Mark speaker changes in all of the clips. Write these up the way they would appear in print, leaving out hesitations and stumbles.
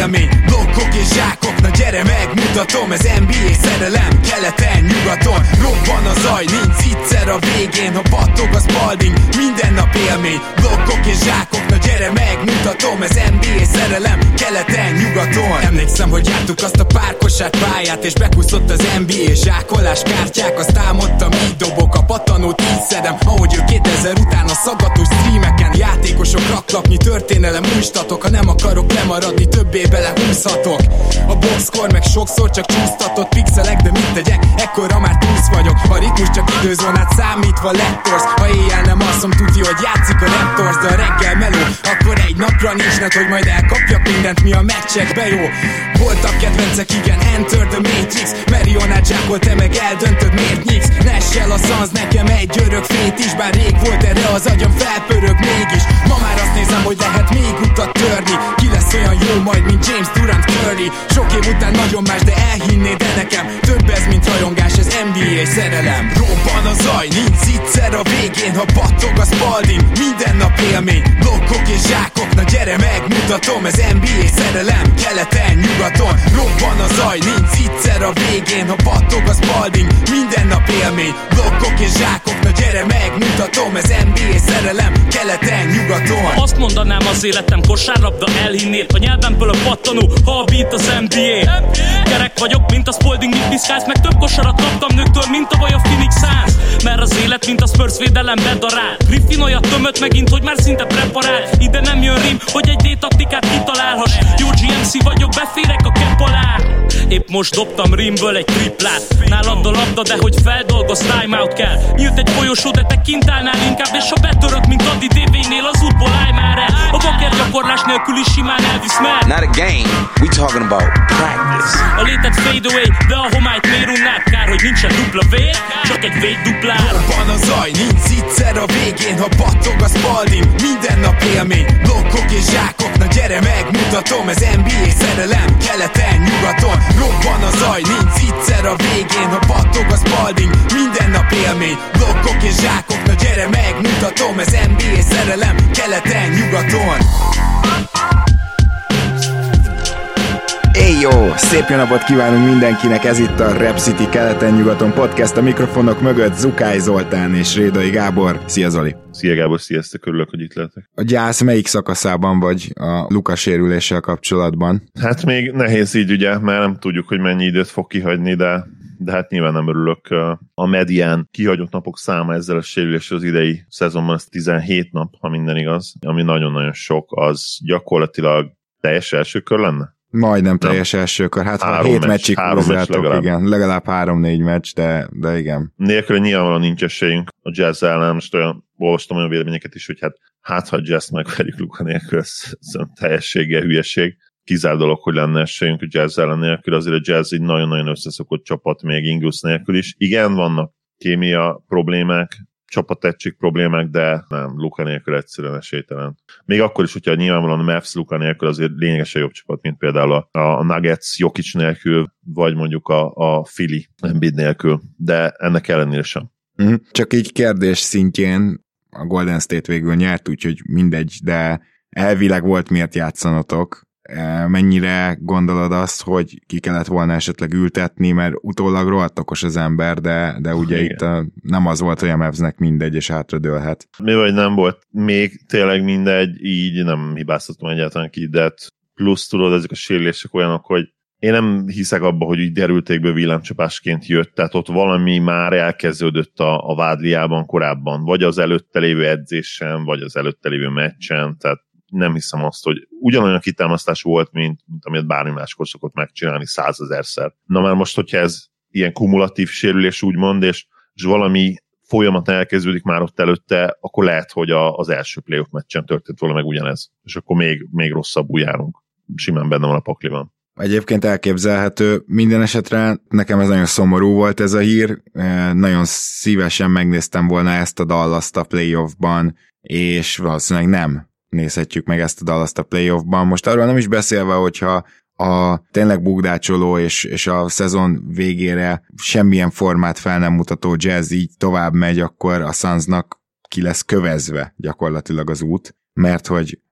Speaker 1: élmény, blokkok és zsákok, na gyere megmutatom, ez NBA szerelem, keleten, nyugaton, robban a zaj, nincs egyszer a végén, ha battog a Spalding, minden nap élmény, blokkok és zsákok, na gyere megmutatom, ez NBA szerelem, keleten, nyugaton. Emlékszem, hogy jártuk azt a párkosát pályát, és bekúszott az NBA zsákolás kártyák, azt támadtam, így dobok a pattanót, így szedem, ahogy ő 2000 után a szaggatós streameken, játékosok raklapnyi történelem újstatok, ha nem akarok lemaradni, többé belehúzhatok. A boxkor meg sokszor csak csúsztatott pixelek, de mit tegyek, ekkora már túsz vagyok, a ritmus csak időzónát számítva lettorsz, ha éjjel nem alszom, tudja, hogy játszik a Raptors, de a reggel meló, akkor egy napra nincs net, hogy majd elkapjak mindent, mi a meccsekbe jó. Voltak kedvencek, igen, Enter the Matrix, Marionát zsákol, te meg eldöntöd, miért nyíksz. Nessel a Suns, nekem egy örök fét is, bár rég volt erre az agyam, felpörög mégis. Ma már azt nézem, hogy lehet még utat törni, ki lesz olyan jó majd, mint James Durant Curry. Sok év után nagyon más, de elhinnéd, de nekem több ez, mint rajongás, ez NBA szerelem. Robban a zaj, nincs egyszer a végén, ha battog a Spalding, minden nap élmény, blokkok és zsákok, na gyere megmutatom, ez NBA szerelem, keleten, nyugaton, robban a zaj, nincs egyszer a végén, ha battog a Spalding, minden nap élmény, blokkok és zsákok, na gyere megmutatom, ez NBA szerelem, keleten, nyugaton.
Speaker 2: Azt mondanám, az életem kosárlabda, elhinnéd, a nyelvemből a pattanó, ha a beat az NBA. Gyerek vagyok, mint a Spalding, mit piszkálsz, meg több kosarat kaptam nőktől, mint tavaly a Phoenix Suns. Mert az élet, mint a Spurs védelem bedarál. Griffin olyat tömött megint, hogy már szinte preparál. Ide nem jön rim, hogy egy D-taktikát kitalálhass. Jó GMC vagyok, beférek a kepp alá. Épp most dobtam rimből egy triplát. Nálad a labda, de hogy feldolgoz, timeout kell. Nyílt egy folyosó, de te kint állnál inkább, és ha betörök, mint Adi DV-nél, az útból állj már el. A bakker gyakorlás nélkül is simán elvisz meg.
Speaker 3: Not a game, we talking about practice.
Speaker 2: A létet fade away, de a homályt miért unnád? Kár, hogy nincsen dupla V, csak egy V duplár.
Speaker 1: Robban a zaj, nincs egyszer a végén, ha battog a Spalding, minden nap élmény, blokkok és zsákok, na gyere megmutatom, ez NBA szerelem, keleten, nyugaton. Robban a zaj, nincs egyszer a végén, ha battog a Spalding, minden nap élmény, blokkok és zsákok, na gyere megmutatom, ez NBA szerelem, keleten, nyugaton.
Speaker 4: Jó, szép jó napot kívánunk mindenkinek, ez itt a Rap City keleten-nyugaton podcast, a mikrofonok mögött Zukály Zoltán és Rédai Gábor. Szia Zoli!
Speaker 5: Szia Gábor, sziasztok, örülök, hogy itt lehetek.
Speaker 4: A gyász melyik szakaszában vagy a Luka sérüléssel kapcsolatban?
Speaker 5: Hát még nehéz így ugye, mert nem tudjuk, hogy mennyi időt fog kihagyni, de hát nyilván nem örülök. A medián kihagyott napok száma ezzel a sérüléssel az idei szezonban az 17 nap, ha minden igaz, ami nagyon-nagyon sok, az gyakorlatilag teljes első kör lenne?
Speaker 4: Majdnem teljes első kor, hát ha 7 meccsig húzzátok, igen, legalább 3-4 meccs, de igen.
Speaker 5: Nélkül nyilvánvalóan nincs esélyünk a Jazz ellen, most olvastam olyan véleményeket is, hogy hát ha Jazz megverjük Luka nélkül, ez teljességgel hülyeség. Kizár dolog, hogy lenne esélyünk a Jazz ellen nélkül, azért a Jazz egy nagyon-nagyon összeszokott csapat még Ingles nélkül is. Igen, vannak kémia problémák, csapatettség problémák, de nem, Luka nélkül egyszerűen esélytelen. Még akkor is, hogyha nyilvánvalóan a Mavs Luka nélkül azért lényegesen jobb csapat, mint például a Nuggets Jokic nélkül, vagy mondjuk a Philly Embiid nélkül, de ennek ellenére sem.
Speaker 4: Csak így kérdés szintjén a Golden State végül nyert, úgyhogy mindegy, de elvileg volt miért játszanatok. Mennyire gondolod azt, hogy ki kellett volna esetleg ültetni, mert utólag rohadt okos az ember, de ugye igen. Itt nem az volt, hogy a Mavsnek mindegy, és hátradőlhet.
Speaker 5: Mi vagy nem volt még tényleg mindegy, így nem hibáztatom egyáltalán ki, de plusz tudod, ezek a sérülések olyanok, hogy én nem hiszek abba, hogy így derültékből villámcsapásként jött, tehát ott valami már elkezdődött a vádliában korábban, vagy az előtte lévő edzésen, vagy az előtte lévő meccsen, tehát nem hiszem azt, hogy ugyanolyan kitámasztás volt, mint amit bármi máskor szokott megcsinálni 100 000-szer. Na már most, hogyha ez ilyen kumulatív sérülés úgymond, és valami folyamat elkezdődik már ott előtte, akkor lehet, hogy az első playoff meccsen történt volna meg ugyanez. És akkor még rosszabbul járunk. Simán benne van a pakliban.
Speaker 4: Egyébként elképzelhető. Minden esetre nekem ez nagyon szomorú volt ez a hír. Nagyon szívesen megnéztem volna ezt a Dallast a playoffban, és valószínűleg nem nézhetjük meg ezt a Dallast a playoffban. Most arról nem is beszélve, hogyha a tényleg bugdácsoló és a szezon végére semmilyen formát fel nem mutató Jazz így tovább megy, akkor a Sunsnak ki lesz kövezve gyakorlatilag az út, mert hogy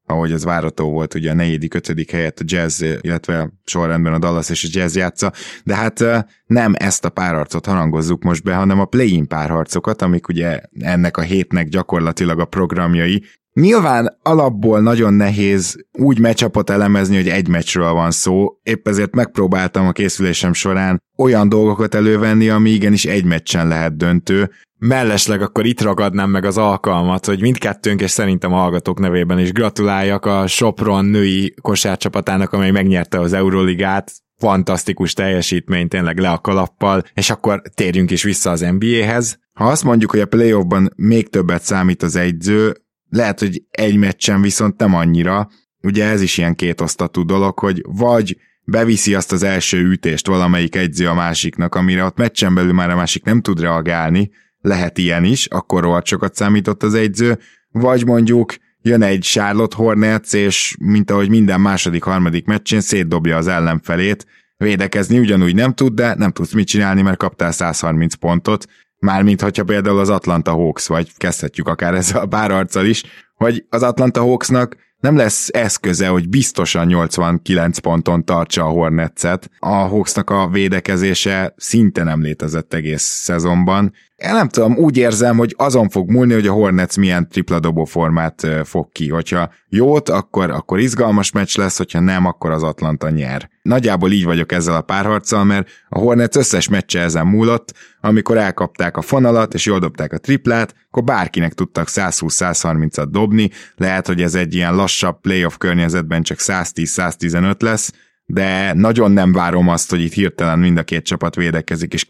Speaker 4: ahogy az várható volt, ugye a 4.-5. helyett a Jazz, illetve sorrendben a Dallas és a Jazz játsza, de hát nem ezt a párharcot harangozzuk most be, hanem a play-in párharcokat, amik ugye ennek a hétnek gyakorlatilag a programjai. Nyilván alapból nagyon nehéz úgy matchupot elemezni, hogy egy meccsről van szó, épp ezért megpróbáltam a készülésem során olyan dolgokat elővenni, ami igenis egy meccsen lehet döntő.
Speaker 6: Mellesleg akkor itt ragadnám meg az alkalmat, hogy mindkettőnk, és szerintem a hallgatók nevében is gratuláljak a Sopron női kosárcsapatának, amely megnyerte az Euroligát. Fantasztikus teljesítmény, tényleg le a kalappal, és akkor térjünk is vissza az NBA-hez.
Speaker 4: Ha azt mondjuk, hogy a playoffban még többet számít az egyző, lehet, hogy egy meccsen viszont nem annyira. Ugye ez is ilyen kétosztatú dolog, hogy vagy beviszi azt az első ütést valamelyik egyző a másiknak, amire ott meccsen belül már a másik nem tud reagálni, lehet ilyen is, akkor rohadt sokat számított az egyző, vagy mondjuk jön egy Charlotte Hornets, és mint ahogy minden második-harmadik meccsén szétdobja az ellenfelét, védekezni ugyanúgy nem tud, de nem tudsz mit csinálni, mert kaptál 130 pontot, mármint hogyha például az Atlanta Hawks, vagy kezdhetjük akár ezzel a párharccal is, hogy az Atlanta Hawksnak nem lesz eszköze, hogy biztosan 89 ponton tartsa a Hornetset. A Hawksnak a védekezése szinte nem létezett egész szezonban. Én nem tudom, úgy érzem, hogy azon fog múlni, hogy a Hornets milyen tripladobó formát fog ki. Hogyha jót, akkor izgalmas meccs lesz, hogyha nem, akkor az Atlanta nyer. Nagyjából így vagyok ezzel a párharccal, mert a Hornets összes meccse ezen múlott, amikor elkapták a fonalat, és jól dobták a triplát, akkor bárkinek tudtak 120-130-at dobni, lehet, hogy ez egy ilyen lassabb playoff környezetben csak 110-115 lesz, de nagyon nem várom azt, hogy itt hirtelen mind a két csapat védekezik, és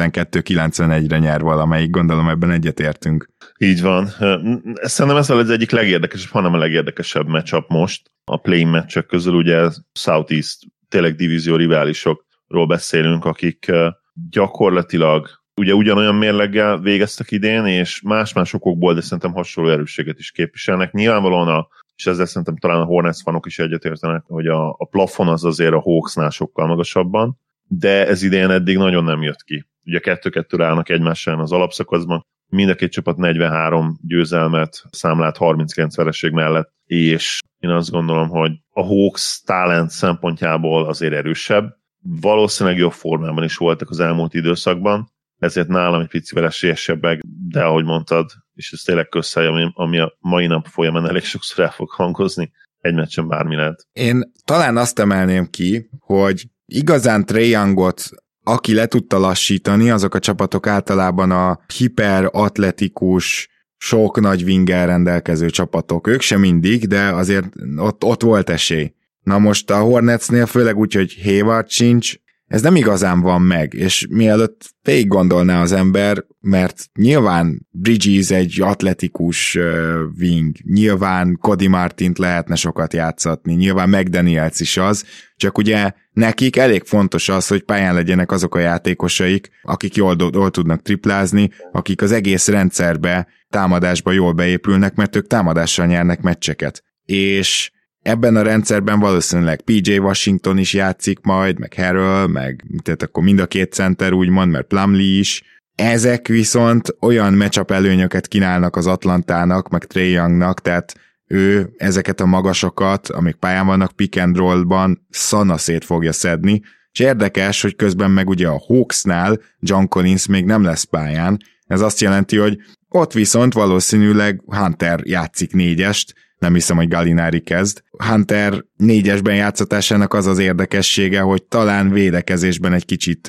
Speaker 4: 92-91-re nyer valamelyik, gondolom ebben egyetértünk.
Speaker 5: Így van. Szerintem ez az egyik legérdekesebb, hanem a legérdekesebb matchup most. A play-in meccsek közül ugye Southeast, tényleg divízió riválisokról beszélünk, akik gyakorlatilag ugye ugyanolyan mérleggel végeztek idén, és más-más okokból, de szerintem hasonló erősséget is képviselnek. Nyilvánvalóan és ezzel szerintem talán a Hornets fanok is egyetértenek, hogy a plafon az azért a Hawksnál sokkal magasabban, de ez idén eddig nagyon nem jött ki. Ugye 2-2-re állnak egymással az alapszakaszban, mind a két csapat 43 győzelmet számlált 39 vereség mellett, és én azt gondolom, hogy a Hawks talent szempontjából azért erősebb, valószínűleg jobb formában is voltak az elmúlt időszakban, ezért nálam egy picivel esélyesebbek, de ahogy mondtad, és ez tényleg közhely, ami a mai nap folyamán elég sokszor el fog hangozni, egy meccsen bármi lehet.
Speaker 4: Én talán azt emelném ki, hogy igazán Trae Youngot, aki le tudta lassítani, azok a csapatok általában a hiperatletikus, sok nagy winger rendelkező csapatok. Ők sem mindig, de azért ott volt esély. Na most a Hornetsnél főleg úgy, hogy Hayward sincs, ez nem igazán van meg, és mielőtt végig gondolná az ember, mert nyilván Bridges egy atletikus wing, nyilván Cody Martint lehetne sokat játszatni, nyilván McDaniels is az, csak ugye nekik elég fontos az, hogy pályán legyenek azok a játékosaik, akik jól tudnak triplázni, akik az egész rendszerbe, támadásba jól beépülnek, mert ők támadással nyernek meccseket. És ebben a rendszerben valószínűleg PJ Washington is játszik majd, meg Harrell, tehát akkor mind a két center úgymond, mert Plumlee is. Ezek viszont olyan matchup előnyöket kínálnak az Atlantának, meg Trae Youngnak, tehát ő ezeket a magasokat, amik pályán vannak pick and roll-ban, szanaszét fogja szedni, és érdekes, hogy közben meg ugye a Hawksnál John Collins még nem lesz pályán. Ez azt jelenti, hogy ott viszont valószínűleg Hunter játszik 4-est, nem hiszem, hogy Gallinari kezd. Hunter 4-esben játszatásának az az érdekessége, hogy talán védekezésben egy kicsit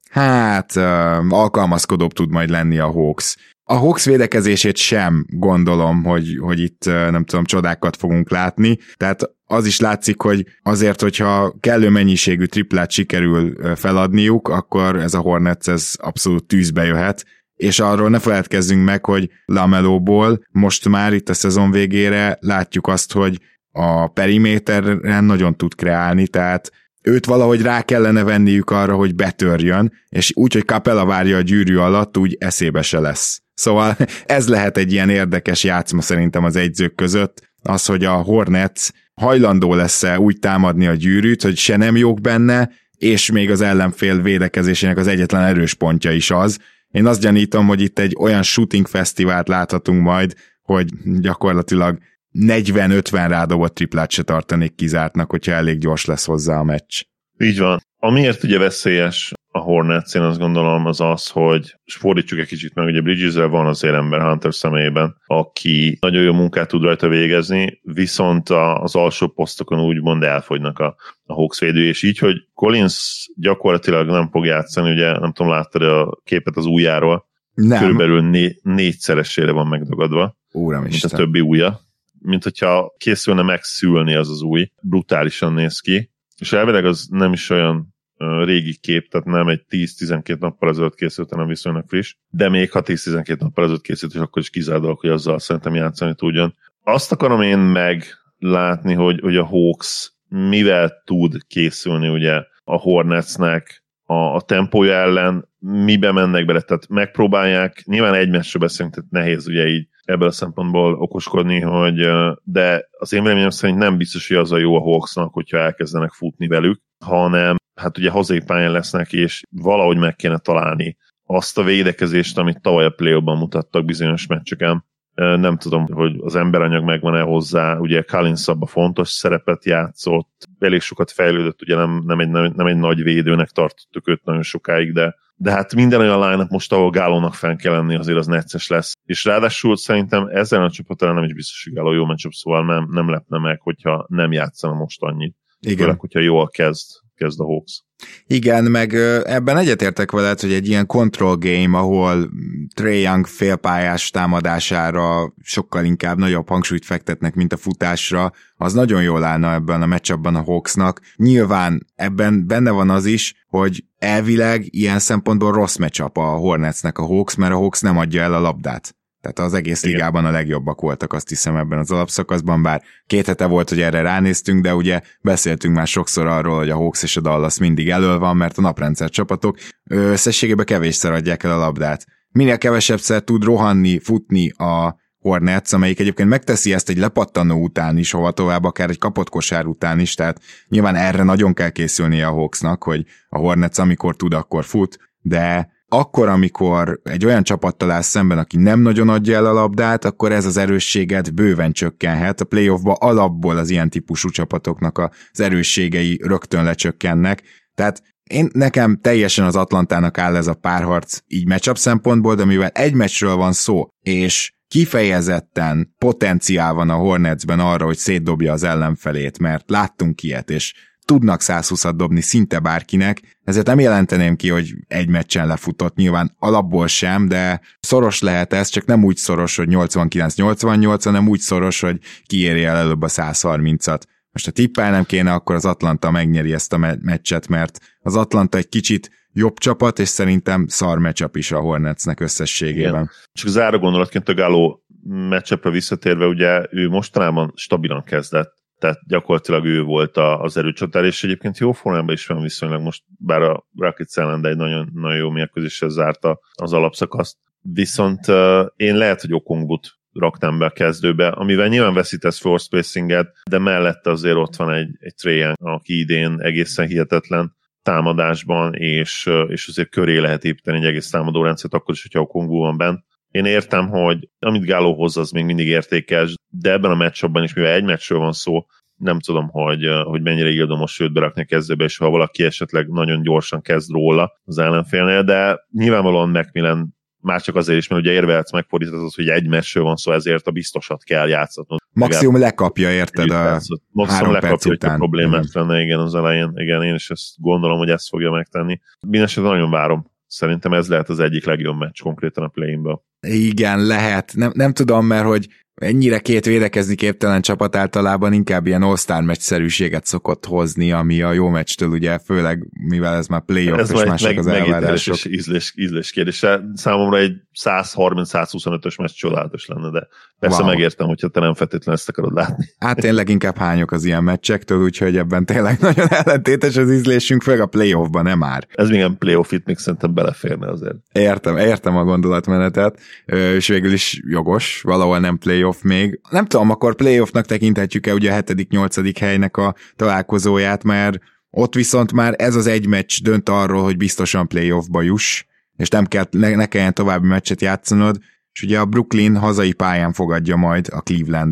Speaker 4: alkalmazkodóbb tud majd lenni a Hawks. A Hawks védekezését sem gondolom, hogy itt nem tudom, csodákat fogunk látni, tehát az is látszik, hogy azért, hogyha kellő mennyiségű triplát sikerül feladniuk, akkor ez a Hornets ez abszolút tűzbe jöhet, és arról ne feledkezzünk meg, hogy LaMeloból most már itt a szezon végére látjuk azt, hogy a periméteren nagyon tud kreálni, tehát őt valahogy rá kellene venniük arra, hogy betörjön, és úgy, hogy Capella várja a gyűrű alatt, úgy eszébe se lesz. Szóval ez lehet egy ilyen érdekes játszma szerintem az egyzők között, az, hogy a Hornets hajlandó lesz-e úgy támadni a gyűrűt, hogy se nem jók benne, és még az ellenfél védekezésének az egyetlen erős pontja is az. Én azt gyanítom, hogy itt egy olyan shooting fesztivált láthatunk majd, hogy gyakorlatilag 40-50 rádobott triplát se tartanék kizártnak, hogyha elég gyors lesz hozzá a meccs.
Speaker 5: Így van. Amiért ugye veszélyes a Hornets, én azt gondolom, az, hogy fordítsuk egy kicsit meg, ugye Bridges-rel van azért ember Hunter személyében, aki nagyon jó munkát tud rajta végezni, viszont az alsó posztokon úgymond elfogynak a Hawks védő, és így, hogy Collins gyakorlatilag nem fog játszani, ugye nem tudom, láttad a képet az ujjáról, nem. Körülbelül 4-szeresére van megdagadva, mint a többi ujja, mint hogyha készülne megszülni az új, brutálisan néz ki, és elvileg az nem is olyan régi kép, tehát nem egy 10-12 nappal ezelőtt készült, hanem viszonylag friss, de még ha 10-12 nappal ezelőtt készült, és akkor is kizárólag, hogy azzal szerintem játszani tudjon. Azt akarom én meglátni, hogy a Hawks mivel tud készülni ugye a Hornetsnek a tempója ellen, mibe mennek bele, tehát megpróbálják, nyilván egy meccsről beszélünk, tehát nehéz ugye így ebből a szempontból okoskodni, de az én véleményem szerint nem biztos, hogy az a jó a Hawksnak, hogyha elkezdenek futni velük, hanem hát ugye hazai pályán lesznek, és valahogy meg kéne találni azt a védekezést, amit tavaly a play-offban mutattak bizonyos meccseken. Nem tudom, hogy az emberanyag megvan-e hozzá, ugye Collins abban fontos szerepet játszott, elég sokat fejlődött, ugye nem egy nagy védőnek tartottuk őt nagyon sokáig, de hát minden olyan line-up most, ahol Gálónak fenn kell lenni, azért az necces lesz. És ráadásul szerintem ezzel a csapattal nem is biztos, hogy Gáló jó matchup, szóval nem lepne meg, hogyha nem játszana most annyit. Igen. Főleg, hogyha jól kezd a Hawks.
Speaker 4: Igen, meg ebben egyetértek veled, hogy egy ilyen control game, ahol Trae Young félpályás támadására sokkal inkább nagyobb hangsúlyt fektetnek, mint a futásra, az nagyon jól állna ebben a matchupban a Hawksnak. Nyilván ebben benne van az is, hogy elvileg ilyen szempontból rossz matchup a Hornetsnek a Hawks, mert a Hawks nem adja el a labdát. Tehát az egész ligában a legjobbak voltak, azt hiszem, ebben az alapszakaszban, bár 2 hete volt, hogy erre ránéztünk, de ugye beszéltünk már sokszor arról, hogy a Hawks és a Dallas mindig elől van, mert a naprendszer csapatok összességében kevésszer adják el a labdát. Minél kevesebbszer tud rohanni, futni a Hornets, amelyik egyébként megteszi ezt egy lepattanó után is, hova tovább, akár egy kapott kosár után is, tehát nyilván erre nagyon kell készülnie a Hawksnak, hogy a Hornets amikor tud, akkor fut, de akkor, amikor egy olyan csapattal áll szemben, aki nem nagyon adja el a labdát, akkor ez az erősséget bőven csökkenhet. A playoffba alapból az ilyen típusú csapatoknak az erősségei rögtön lecsökkennek. Tehát nekem teljesen az Atlantának áll ez a párharc így matchup szempontból, de mivel egy meccsről van szó, és kifejezetten potenciál van a Hornetsben arra, hogy szétdobja az ellenfelét, mert láttunk ilyet, és tudnak 120-at dobni szinte bárkinek, ezért nem jelenteném ki, hogy egy meccsen lefutott, nyilván alapból sem, de szoros lehet ez, csak nem úgy szoros, hogy 89-88, hanem úgy szoros, hogy kiéri el előbb a 130-at. Most ha tippelnem kéne, akkor az Atlanta megnyeri ezt a meccset, mert az Atlanta egy kicsit jobb csapat, és szerintem szar matchup is a Hornetsnek összességében. Igen.
Speaker 5: Csak záró gondolatként a Gáló matchupra visszatérve, ugye ő mostanában stabilan kezdett, tehát gyakorlatilag ő volt az erőcsatár, és egyébként jó formában is van viszonylag most, bár a Rockets ellen, de egy nagyon, nagyon jó mérkőzéssel zárta az alapszakaszt. Viszont én lehet, hogy Okongbut raktam be a kezdőbe, amivel nyilván veszítesz force spacinget, de mellette azért ott van egy Trae Young, aki idén egészen hihetetlen támadásban, és azért köré lehet építeni egy egész támadórendszert, akkor is, hogyha Okongwu van bent. Én értem, hogy amit Gáló hoz, az még mindig értékes, de ebben a meccsabban is, mivel egy meccsről van szó, nem tudom, hogy mennyire ildomos őt berakni a kezdőbe, és ha valaki esetleg nagyon gyorsan kezd róla az ellenfélnél, de nyilvánvalóan Macmillan már csak azért is, mert ugye érvehetsz megfordítasz, hogy egy meccsről van szó, ezért a biztosat kell játszatnod.
Speaker 4: Maximum lekapja, érted, a
Speaker 5: maximum lekapja,
Speaker 4: hogy a
Speaker 5: problémát lenne, igen, az elején. Igen, én is ezt gondolom, hogy ezt fogja megtenni. Mindenesetre nagyon várom. Szerintem ez lehet az egyik legjobb meccs konkrétan a play-inből.
Speaker 4: Igen, lehet. Nem tudom, mert hogy ennyire két védekezni képtelen csapat általában inkább ilyen all-star meccsszerűséget szokott hozni, ami a jó meccstől ugye, főleg mivel ez már playoff, ez és mások az elvárások.
Speaker 5: Ez ízlés kérdése. Számomra egy 130-125-ös meccs csodálatos lenne, de persze megértem, hogyha te nem feltétlenül ezt akarod látni.
Speaker 4: Hát én leginkább hányok az ilyen meccsektől, úgyhogy ebben tényleg nagyon ellentétes az ízlésünk, főleg a playoffban nem már.
Speaker 5: Ez még nem playoff itt, még szerintem beleférne azért.
Speaker 4: Értem a gondolatmenetet, és végül is jogos, valahol nem playoff még. Nem tudom, akkor playoffnak tekinthetjük-e ugye a 7.-8. helynek a találkozóját, mert ott viszont már ez az egy meccs dönt arról, hogy biztosan playoffba juss, és ne kelljen további meccset játszanod, és ugye a Brooklyn hazai pályán fogadja majd a Clevelandet,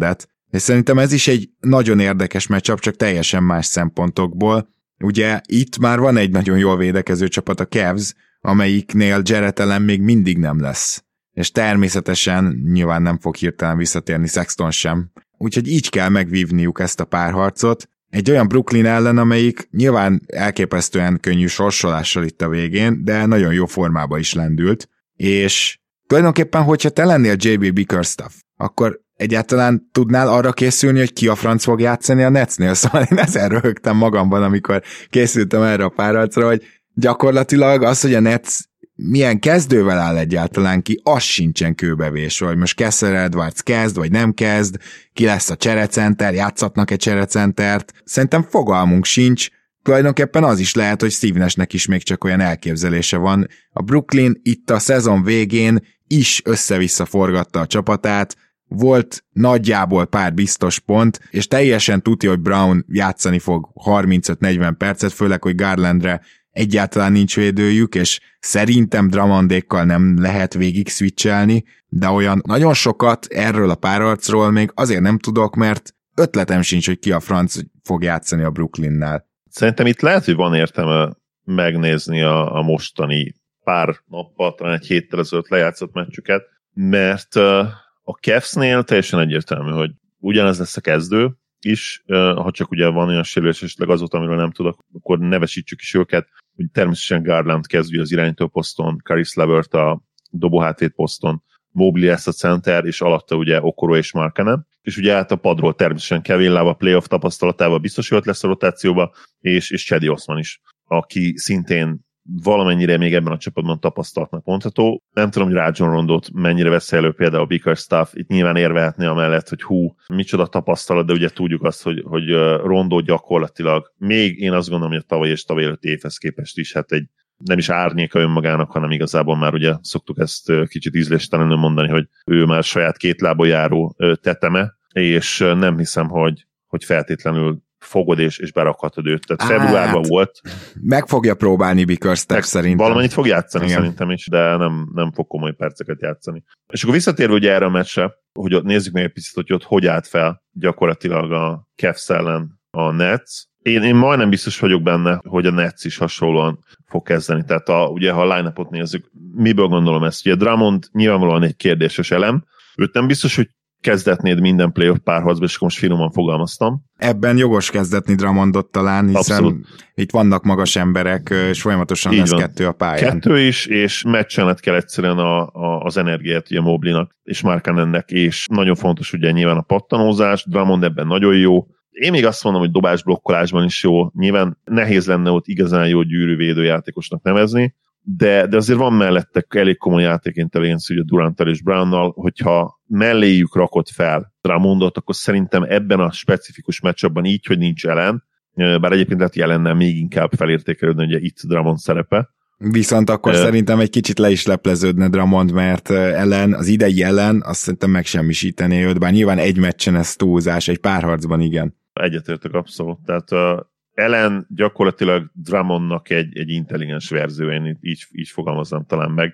Speaker 4: És szerintem ez is egy nagyon érdekes matchup, csak teljesen más szempontokból. Ugye itt már van egy nagyon jól védekező csapat, a Cavs, amelyiknél Jarrett Allen még mindig nem lesz. És természetesen nyilván nem fog hirtelen visszatérni Sexton sem. Úgyhogy így kell megvívniuk ezt a párharcot. Egy olyan Brooklyn ellen, amelyik nyilván elképesztően könnyű sorsolással itt a végén, de nagyon jó formába is lendült. És tulajdonképpen, hogyha te lennél JB Bickerstaff, akkor egyáltalán tudnál arra készülni, hogy ki a franc fog játszani a Netsnél? Szóval én ezzel röhögtem magamban, amikor készültem erre a párharcra, hogy gyakorlatilag az, hogy a Nets milyen kezdővel áll egyáltalán ki, az sincsen kőbevés, hogy most Kessler Edwards kezd, vagy nem kezd, ki lesz a cserecenter, játszatnak-e cserecentert. Szerintem fogalmunk sincs, tulajdonképpen az is lehet, hogy Steve Nashnek is még csak olyan elképzelése van. A Brooklyn itt a szezon végén is össze-vissza forgatta a csapatát, volt nagyjából pár biztos pont, és teljesen tudja, hogy Brown játszani fog 35-40 percet, főleg, hogy Garlandre egyáltalán nincs védőjük, és szerintem Drummondékkal nem lehet végig switchelni, de olyan nagyon sokat erről a párharcról még azért nem tudok, mert ötletem sincs, hogy ki a franc fog játszani a Brooklynnál.
Speaker 5: Szerintem itt lehet, hogy van értelme megnézni a mostani pár nappal, talán egy héttel ezelőtt lejátszott meccsüket, mert a Cavsnél teljesen egyértelmű, hogy ugyanez lesz a kezdő is, ha csak ugye van olyan sérülés, esetleg azóta, amiről nem tudok, akkor nevesítsük is őket, hogy természetesen Garland kezdő az irányító poszton, Caris LeVert a dobóhátvéd poszton, Mobley lesz a center, és alatta ugye Okoro és Markkanen, és ugye hát a padról természetesen Kevin Love a playoff tapasztalatával biztos jött lesz a rotációba, és Cedi Osman is, aki szintén valamennyire még ebben a csapatban tapasztaltnak mondható. Nem tudom, hogy Rajon Rondót mennyire vesz elő például a Bickerstaff, itt nyilván érvehetné amellett, hogy micsoda tapasztalat, de ugye tudjuk azt, hogy Rondó gyakorlatilag még én azt gondolom, hogy a tavaly és tavaly előtti évhez képest is hát egy nem is árnyéka önmagának, hanem igazából már ugye szoktuk ezt kicsit ízléstelenül mondani, hogy ő már saját két lábon járó teteme, és nem hiszem, hogy feltétlenül fogod és berakhatod őt. Tehát februárban volt.
Speaker 4: Meg fogja próbálni Bickerstaff szerintem.
Speaker 5: Valamennyit fog játszani. Igen. Szerintem is, de nem fog komoly perceket játszani. És akkor visszatérve ugye erre a meccsre, hogy ott nézzük meg egy picit, hogy állt fel gyakorlatilag a Cavs ellen a Nets. Én majdnem biztos vagyok benne, hogy a Nets is hasonlóan fog kezdeni. Tehát ugye ha a line-upot nézzük, miből gondolom ezt? Ugye Drummond nyilvánvalóan egy kérdéses elem. Őt nem biztos, hogy kezdetnéd minden playoff párharcba, és akkor most finoman fogalmaztam.
Speaker 4: Ebben jogos kezdetni Drummondot talán, hiszen abszolút. Itt vannak magas emberek, és folyamatosan így lesz van. Kettő a pályán.
Speaker 5: Kettő is, és meccsenet kell egyszerűen az energiát ugye Mobleynak és Markkanennek, és nagyon fontos ugye nyilván a pattanózás, Drummond ebben nagyon jó. Én még azt mondom, hogy dobásblokkolásban is jó. Nyilván nehéz lenne ott igazán jó gyűrűvédő játékosnak nevezni, de azért van mellette elég komoly játékintelligencia ugye Duranttal és Brownnal, hogyha melléjük rakott fel Drummondot, akkor szerintem ebben a specifikus matchupban így, hogy nincs Allen, bár egyébként lehet jelennel még inkább felértékelődni, ugye itt Drummond szerepe.
Speaker 4: Viszont akkor szerintem egy kicsit le is lepleződne Drummond, mert Allen, az idei Allen azt szerintem megsemmisítené őt, bár nyilván egy meccsen ez túlzás, egy párharcban igen.
Speaker 5: Egyetértek abszolút, tehát Allen gyakorlatilag Drummondnak egy intelligens verzió, én így fogalmaznám talán meg.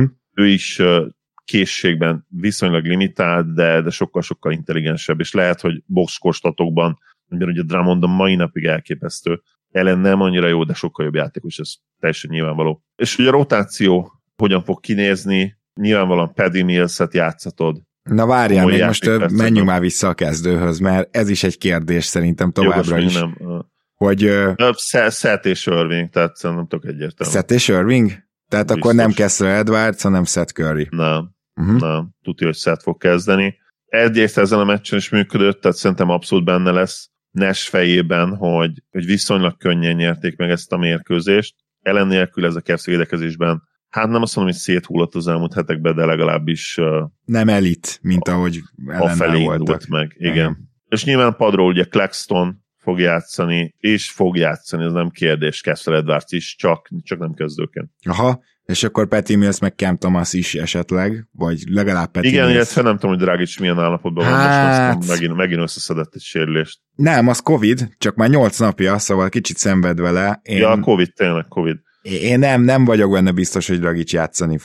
Speaker 5: Ő is készségben viszonylag limitált, de sokkal-sokkal intelligensebb, és lehet, hogy boxkorstatokban, mert ugye Drummond a mai napig elképesztő. Allen nem annyira jó, de sokkal jobb játékos, ez teljesen nyilvánvaló. És ugye a rotáció hogyan fog kinézni, nyilvánvalóan Paddy Mills-et játszatod.
Speaker 4: Na várjál, még most menjünk már vissza a kezdőhöz, mert ez is egy kérdés szerintem továbbra is. Nem. Hogy
Speaker 5: Seth és Irving, tehát szerintem tök egyértelmű.
Speaker 4: Seth és Irving? Tehát biztos. Akkor nem Kessler Edwards, hanem Seth Curry.
Speaker 5: Nem, tudja, hogy Seth fog kezdeni. Egyrészt ezen a meccsen is működött, tehát szerintem abszolút benne lesz Nash fejében, hogy viszonylag könnyen nyerték meg ezt a mérkőzést. Ellen nélkül ez a Cavs védekezésben, hát nem azt mondom, hogy széthullott az elmúlt hetekben, de legalábbis
Speaker 4: nem elit, mint ahogy
Speaker 5: Ellennel voltak. Meg, igen. És nyilván padról ugye Claxton fog játszani, és fog játszani, ez nem kérdés, Kessler Edwards is, csak nem kezdőként.
Speaker 4: Aha, és akkor Patty Mills meg Cam Thomas is esetleg, vagy legalább Patty
Speaker 5: igen,
Speaker 4: Mills.
Speaker 5: Igen, nem tudom, hogy Dragic milyen állapotban van, most megint összeszedett egy sérülést.
Speaker 4: Nem, az Covid, csak már 8 napja, szóval kicsit szenved vele.
Speaker 5: Ja, Covid, tényleg Covid.
Speaker 4: Én nem vagyok benne biztos, hogy Dragic játszani fog.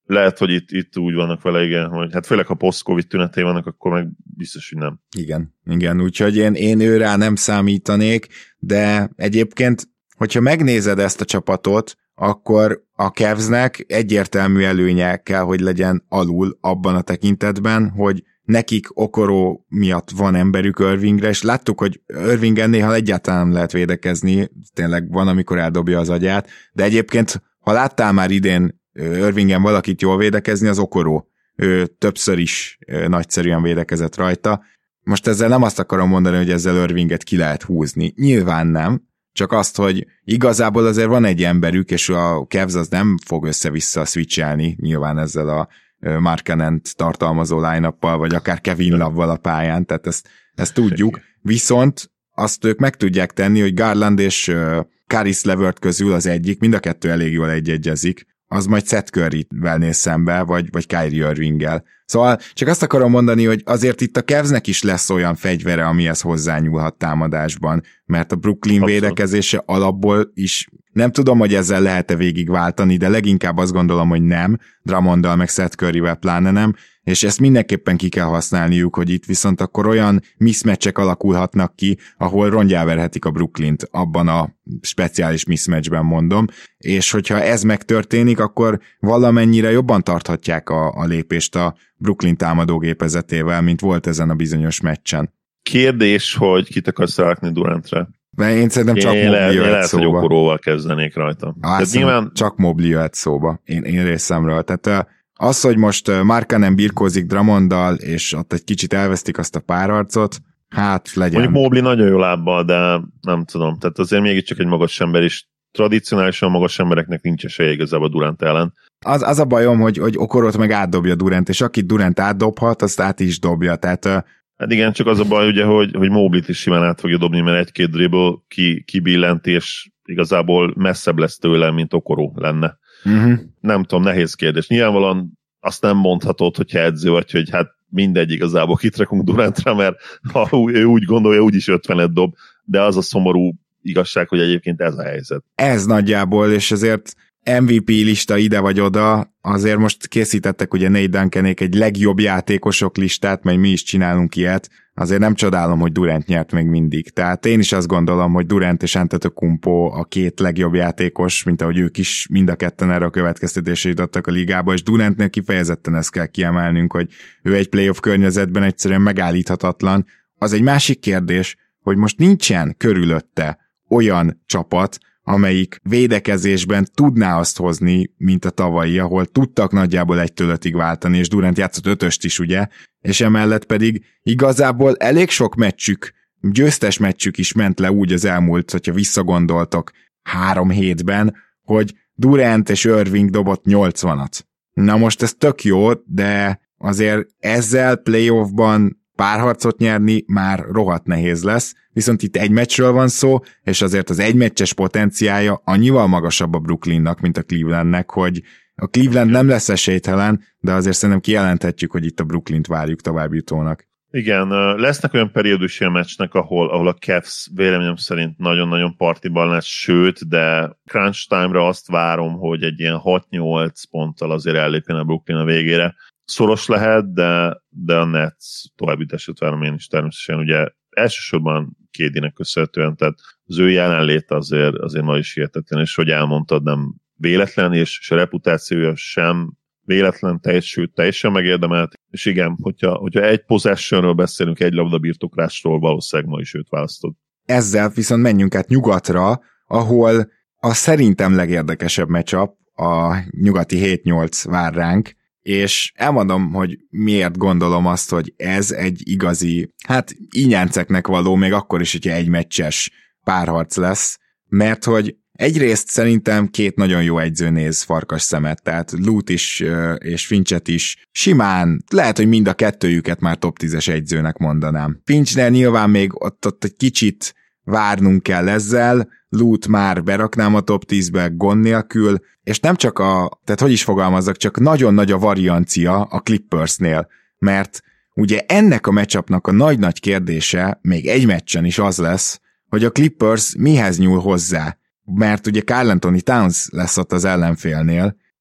Speaker 5: Lehet, hogy itt úgy vannak vele, igen, hogy hát főleg ha post-covid tünetei vannak, akkor meg biztos, hogy nem.
Speaker 4: Igen, úgyhogy én őrá nem számítanék, de egyébként, hogyha megnézed ezt a csapatot, akkor a Cavsnek egyértelmű előnye kell, hogy legyen alul abban a tekintetben, hogy nekik Okoro miatt van emberük Irvingre, és láttuk, hogy Irvingen néha egyáltalán nem lehet védekezni, tényleg van, amikor eldobja az agyát, de egyébként, ha láttál már idén Irvingen valakit jól védekezni, az Okoro. Ő többször is nagyszerűen védekezett rajta. Most ezzel nem azt akarom mondani, hogy ezzel Irvinget ki lehet húzni. Nyilván nem, csak azt, hogy igazából azért van egy emberük, és a Cavs az nem fog össze-vissza switchelni, nyilván ezzel a Markkanent tartalmazó line-uppal, vagy akár Kevin Love-val a pályán, tehát ezt tudjuk. Viszont azt ők meg tudják tenni, hogy Garland és Caris LeVert közül az egyik, mind a kettő elég jól egyegyezik, az majd Seth Curry-vel néz szembe, vagy Kyrie Irvinggel. Szóval csak azt akarom mondani, hogy azért itt a Cavsnek is lesz olyan fegyvere, amihez hozzányúlhat támadásban, mert a Brooklyn védekezése alapból is nem tudom, hogy ezzel lehet-e végigváltani, de leginkább azt gondolom, hogy nem, Drummonddal meg Seth Curryvel pláne nem, és ezt mindenképpen ki kell használniuk, hogy itt viszont akkor olyan mismatchek alakulhatnak ki, ahol rongyáverhetik a Brooklynt, abban a speciális mismatchben mondom, és hogyha ez megtörténik, akkor valamennyire jobban tarthatják a lépést a Brooklyn támadógépezetével, mint volt ezen a bizonyos meccsen.
Speaker 5: Kérdés, hogy kit akarsz rárakni Durantre?
Speaker 4: Én szerintem csak Mobley jöhet szóba.
Speaker 5: Hogy Okoróval kezdenék rajta.
Speaker 4: Nyilván... Csak Mobley jöhet szóba, én részemről. Tehát az, hogy most Markkanen birkózik Drummonddal, és ott egy kicsit elvesztik azt a párharcot, hát legyen.
Speaker 5: Mondjuk Mobley nagyon jó lábbal, de nem tudom. Tehát azért mégiscsak egy magas ember is. Tradicionálisan magas embereknek nincs esélye igazából Durant ellen.
Speaker 4: Az a bajom, hogy Okorot meg átdobja Durant, és akit Durant átdobhat, azt át is dobja. Tehát
Speaker 5: hát igen, csak az a baj, ugye, hogy Mobley-t is simán át fogja dobni, mert egy-két dribble kibillent, és igazából messzebb lesz tőle, mint Okoro lenne. Uh-huh. Nem tudom, nehéz kérdés. Nyilvánvalóan azt nem mondhatod, hogyha edző vagy, hogy hát mindegy igazából kitrakunk Durantra, mert ha ő úgy gondolja, úgyis 50-et dob, de az a szomorú igazság, hogy egyébként ez a helyzet.
Speaker 4: Ez nagyjából, és azért MVP lista ide vagy oda, azért most készítettek ugye Nate Duncanék egy legjobb játékosok listát, mert mi is csinálunk ilyet, azért nem csodálom, hogy Durant nyert még mindig. Tehát én is azt gondolom, hogy Durant és Antetokounmpo a két legjobb játékos, mint ahogy ők is mind a ketten erre a következtetésre jutottak a ligába, és Durantnél kifejezetten ezt kell kiemelnünk, hogy ő egy playoff környezetben egyszerűen megállíthatatlan. Az egy másik kérdés, hogy most nincsen körülötte olyan csapat, amelyik védekezésben tudná azt hozni, mint a tavalyi, ahol tudtak nagyjából 1-5-ig váltani, és Durant játszott 5-öst is, ugye, és emellett pedig igazából elég sok meccsük, győztes meccsük is ment le úgy az elmúlt, hogyha visszagondoltok 3 hétben, hogy Durant és Irving dobott 80-at. Na most ez tök jó, de azért ezzel playoffban párharcot nyerni már rohadt nehéz lesz, viszont itt egy meccsről van szó, és azért az egymeccses potenciálja annyival magasabb a Brooklynnak, mint a Clevelandnek, hogy a Cleveland nem lesz esélytelen, de azért szerintem kijelenthetjük, hogy itt a Brooklynt várjuk továbbjutónak.
Speaker 5: Igen, lesznek olyan periódusi a meccsnek, ahol a Cavs véleményem szerint nagyon-nagyon partiban lesz, sőt, de crunch time-ra azt várom, hogy egy ilyen 6-8 ponttal azért ellépjen a Brooklyn a végére. Szoros lehet, de a Nets továbbjutását várom én is természetesen, ugye elsősorban KD-nek köszönhetően, tehát az ő jelenléte azért ma is hihetetlen, és hogy elmondtad, nem véletlen, és a reputációja sem véletlen, teljesen megérdemelt, és igen, hogyha egy possessionről beszélünk, egy labdabirtoklásról, valószínűleg ma is őt választod.
Speaker 4: Ezzel viszont menjünk át nyugatra, ahol a szerintem legérdekesebb matchup, a nyugati 7-8 vár ránk, és elmondom, hogy miért gondolom azt, hogy ez egy igazi, hát ínyánceknek való, még akkor is, hogyha egy meccses párharc lesz, mert hogy egyrészt szerintem két nagyon jó egyző néz farkas szemet, tehát Lute is és Finchet is simán, lehet, hogy mind a kettőjüket már top 10-es egyzőnek mondanám. Finchnél nyilván még ott egy kicsit várnunk kell ezzel, Lute már beraknám a top 10-be gond nélkül, és nem csak tehát hogy is fogalmazzak, csak nagyon nagy a variancia a Clippersnél, mert ugye ennek a matchupnak a nagy-nagy kérdése még egy meccsen is az lesz, hogy a Clippers mihez nyúl hozzá, mert ugye Karl Anthony Towns lesz ott az ellenfélnél,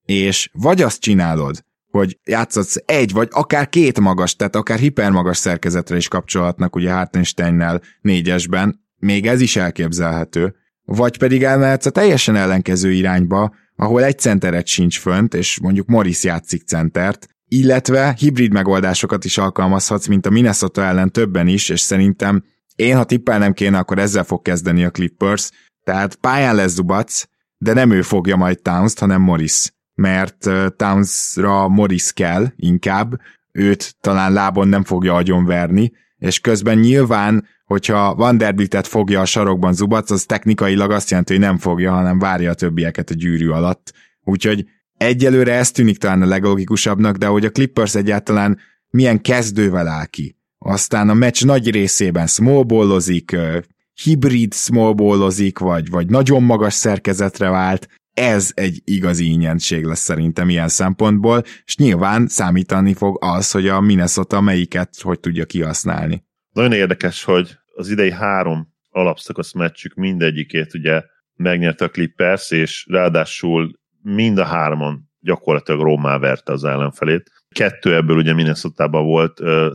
Speaker 4: és vagy azt csinálod, hogy játszhatsz egy, vagy akár két magas, tehát akár hipermagas szerkezetre is kapcsolhatnak, ugye Hartensteinnel 4-esben, még ez is elképzelhető, vagy pedig elmehetsz a teljesen ellenkező irányba, ahol egy centeret sincs fönt, és mondjuk Morris játszik centert, illetve hibrid megoldásokat is alkalmazhatsz, mint a Minnesota ellen többen is, és szerintem én, ha tippelnem kéne, akkor ezzel fog kezdeni a Clippers, tehát pályán lesz Zubac, de nem ő fogja majd Towns-t, hanem Morris, mert Townsra Morris kell inkább, őt talán lábon nem fogja agyonverni, és közben nyilván, hogyha Vanderbiltet fogja a sarokban Zubac, az technikailag azt jelenti, hogy nem fogja, hanem várja a többieket a gyűrű alatt. Úgyhogy egyelőre ez tűnik talán a leglogikusabbnak, de hogy a Clippers egyáltalán milyen kezdővel áll ki. Aztán a meccs nagy részében smallballozik, hibrid smallballozik, vagy nagyon magas szerkezetre vált, ez egy igazi ingyentség lesz szerintem ilyen szempontból, és nyilván számítani fog az, hogy a Minnesota melyiket hogy tudja kihasználni.
Speaker 5: Nagyon érdekes, hogy az idei 3 alapszakasz meccsük mindegyikét ugye megnyerte a Clippers, és ráadásul mind a 3-on gyakorlatilag rommá verte az ellenfelét. 2 ebből ugye Minnesotában volt,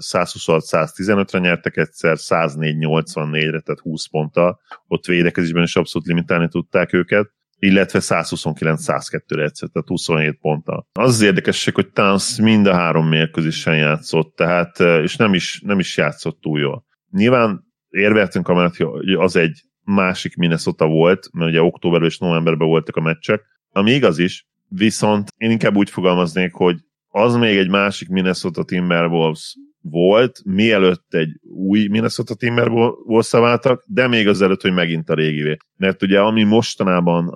Speaker 5: 126-115-re nyertek egyszer, 104-84-re, tehát 20 ponttal, ott védekezésben is abszolút limitálni tudták őket, illetve 129-102-re egyszer, tehát 27 ponttal. Az érdekesség, hogy Towns mind a 3 mérkőzésen játszott, tehát, és nem is játszott túl jól. Nyilván érveltünk amellett, hogy az egy másik Minnesota volt, mert ugye októberben és novemberben voltak a meccsek, ami igaz is, viszont én inkább úgy fogalmaznék, hogy az még egy másik Minnesota Timberwolves volt, mielőtt egy új Minnesota Timberwolves-szá váltak, de még azelőtt, hogy megint a régivé. Mert ugye amit mostanában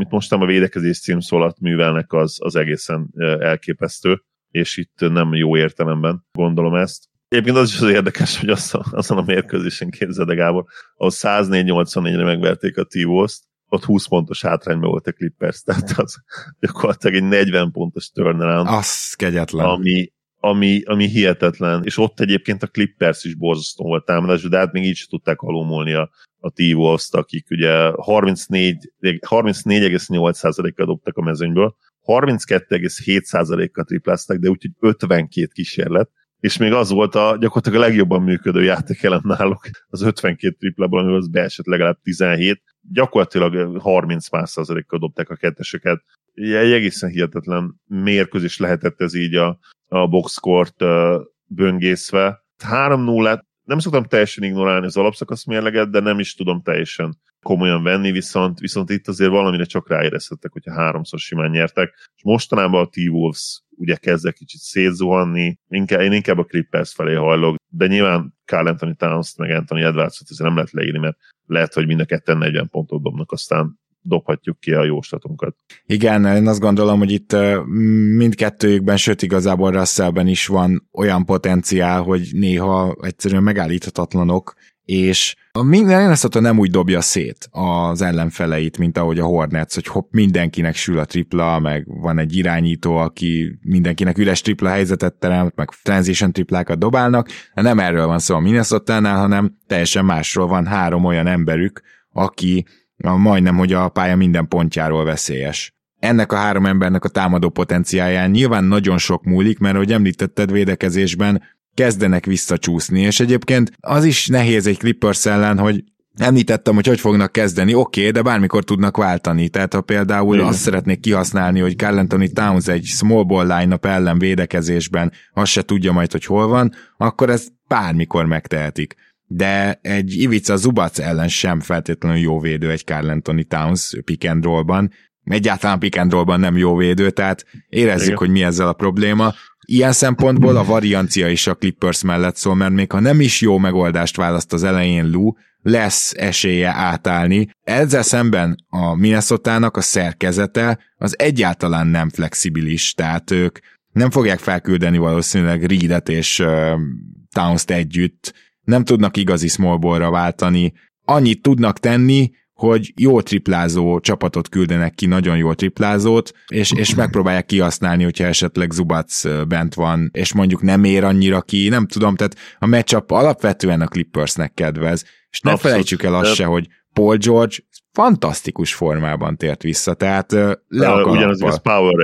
Speaker 5: a védekezés címszó alatt művelnek, az egészen elképesztő, és itt nem jó értelemben gondolom ezt. Egyébként az is az érdekes, hogy azon a mérkőzésen, képzeld, Gábor, ahol 104-84-re megverték a T-Wolves-t, ott 20 pontos hátrányban volt a Clippers, tehát az gyakorlatilag egy 40 pontos turnaround.
Speaker 4: Az kegyetlen.
Speaker 5: Ami hihetetlen, és ott egyébként a Clippers is borzasztó volt támadás, de hát még így sem tudták alulmúlni a T-Wolves-t, akik ugye 34,8%-kal dobtak a mezőnyből, 32,7%-kal tripláztak, de úgyhogy 52 kísérlet, és még az volt gyakorlatilag a legjobban működő játékelem náluk, az 52 triplából, amivel az beesett legalább 17, gyakorlatilag 30%-kal dobták a ketteseket. Egy egészen hihetetlen mérkőzés lehetett ez így a boxcourt böngészve. 3-0-át nem szoktam teljesen ignorálni az alapszakasz mérleget, de nem is tudom teljesen komolyan venni, viszont itt azért valamire csak ráérezhettek, hogyha 3-szor simán nyertek. És mostanában a T-Wolves ugye kezdek kicsit szétzuhanni, én inkább a Clippers felé hajlok, de nyilván Karl Anthony Towns-t meg Anthony Edwards-ot azért nem lehet leírni, mert lehet, hogy mind a ketten 40 pontot dobnak, aztán dobhatjuk ki a jóslatunkat.
Speaker 4: Igen, én azt gondolom, hogy itt mindkettőjükben, sőt igazából Russellben is van olyan potenciál, hogy néha egyszerűen megállíthatatlanok, és a Minnesota nem úgy dobja szét az ellenfeleit, mint ahogy a Hornets, hogy hopp, mindenkinek sül a tripla, meg van egy irányító, aki mindenkinek üres tripla helyzetet teremt, meg transition triplákat dobálnak, de nem erről van szó a Minnesotánál, hanem teljesen másról. Van 3 olyan emberük, aki majdnem, hogy a pálya minden pontjáról veszélyes. Ennek a 3 embernek a támadó potenciáján nyilván nagyon sok múlik, mert ahogy említetted, védekezésben kezdenek visszacsúszni, és egyébként az is nehéz egy Clippers ellen, hogy említettem, hogy fognak kezdeni, oké, de bármikor tudnak váltani, tehát ha például azt szeretnék kihasználni, hogy Karl Anthony Towns egy small ball line-up ellen védekezésben azt se tudja majd, hogy hol van, akkor ezt bármikor megtehetik. De egy Ivica Zubac ellen sem feltétlenül jó védő egy Karl Anthony Towns pick and rollban. Egyáltalán pick and rollban nem jó védő, tehát érezzük, hogy mi ezzel a probléma. Ilyen szempontból a variancia is a Clippers mellett szól, mert még ha nem is jó megoldást választ az elején Lou, lesz esélye átállni. Ezzel szemben a Minnesotának a szerkezete az egyáltalán nem flexibilis, tehát ők nem fogják felküldeni valószínűleg Reedet és Towns-t együtt, nem tudnak igazi small ballra váltani, annyit tudnak tenni, hogy jó triplázó csapatot küldenek ki, nagyon jó triplázót, és megpróbálják kihasználni, hogyha esetleg Zubac bent van, és mondjuk nem ér annyira ki, nem tudom, tehát a matchup alapvetően a Clippersnek kedvez, és ne felejtsük el azt se, hogy Paul George fantasztikus formában tért vissza, tehát le a kalappal.
Speaker 5: Ugyanaz igaz Powerre is.